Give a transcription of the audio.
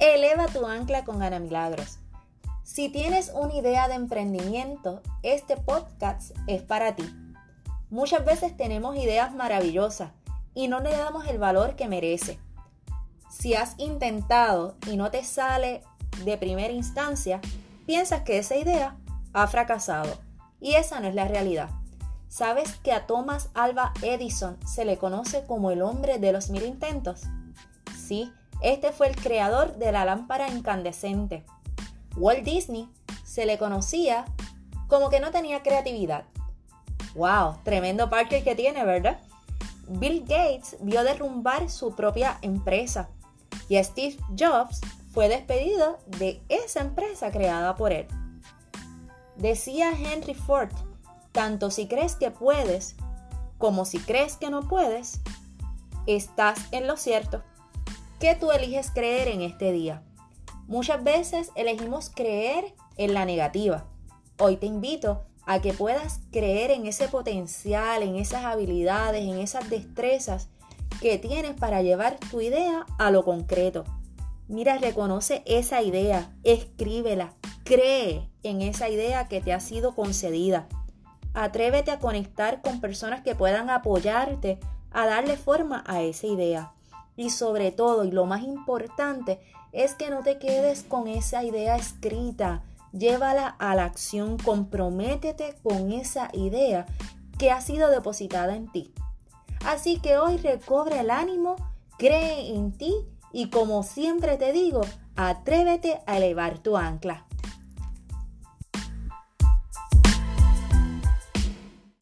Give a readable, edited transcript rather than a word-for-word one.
Eleva tu ancla con Ana Milagros. Si tienes una idea de emprendimiento, este podcast es para ti. Muchas veces tenemos ideas maravillosas y no le damos el valor que merece. Si has intentado y no te sale de primera instancia, piensas que esa idea ha fracasado. Y esa no es la realidad. ¿Sabes que a Thomas Alva Edison se le conoce como el hombre de los 1000 intentos? Sí, este fue el creador de la lámpara incandescente. Walt Disney se le conocía como que no tenía creatividad. ¡Wow! Tremendo Parker que tiene, ¿verdad? Bill Gates vio derrumbar su propia empresa y Steve Jobs fue despedido de esa empresa creada por él. Decía Henry Ford, tanto si crees que puedes como si crees que no puedes, estás en lo cierto. ¿Qué tú eliges creer en este día? Muchas veces elegimos creer en la negativa. Hoy te invito a que puedas creer en ese potencial, en esas habilidades, en esas destrezas que tienes para llevar tu idea a lo concreto. Mira, reconoce esa idea, escríbela, cree en esa idea que te ha sido concedida. Atrévete a conectar con personas que puedan apoyarte a darle forma a esa idea. Y sobre todo, y lo más importante, es que no te quedes con esa idea escrita. Llévala a la acción, comprométete con esa idea que ha sido depositada en ti. Así que hoy recobra el ánimo, cree en ti y como siempre te digo, atrévete a elevar tu ancla.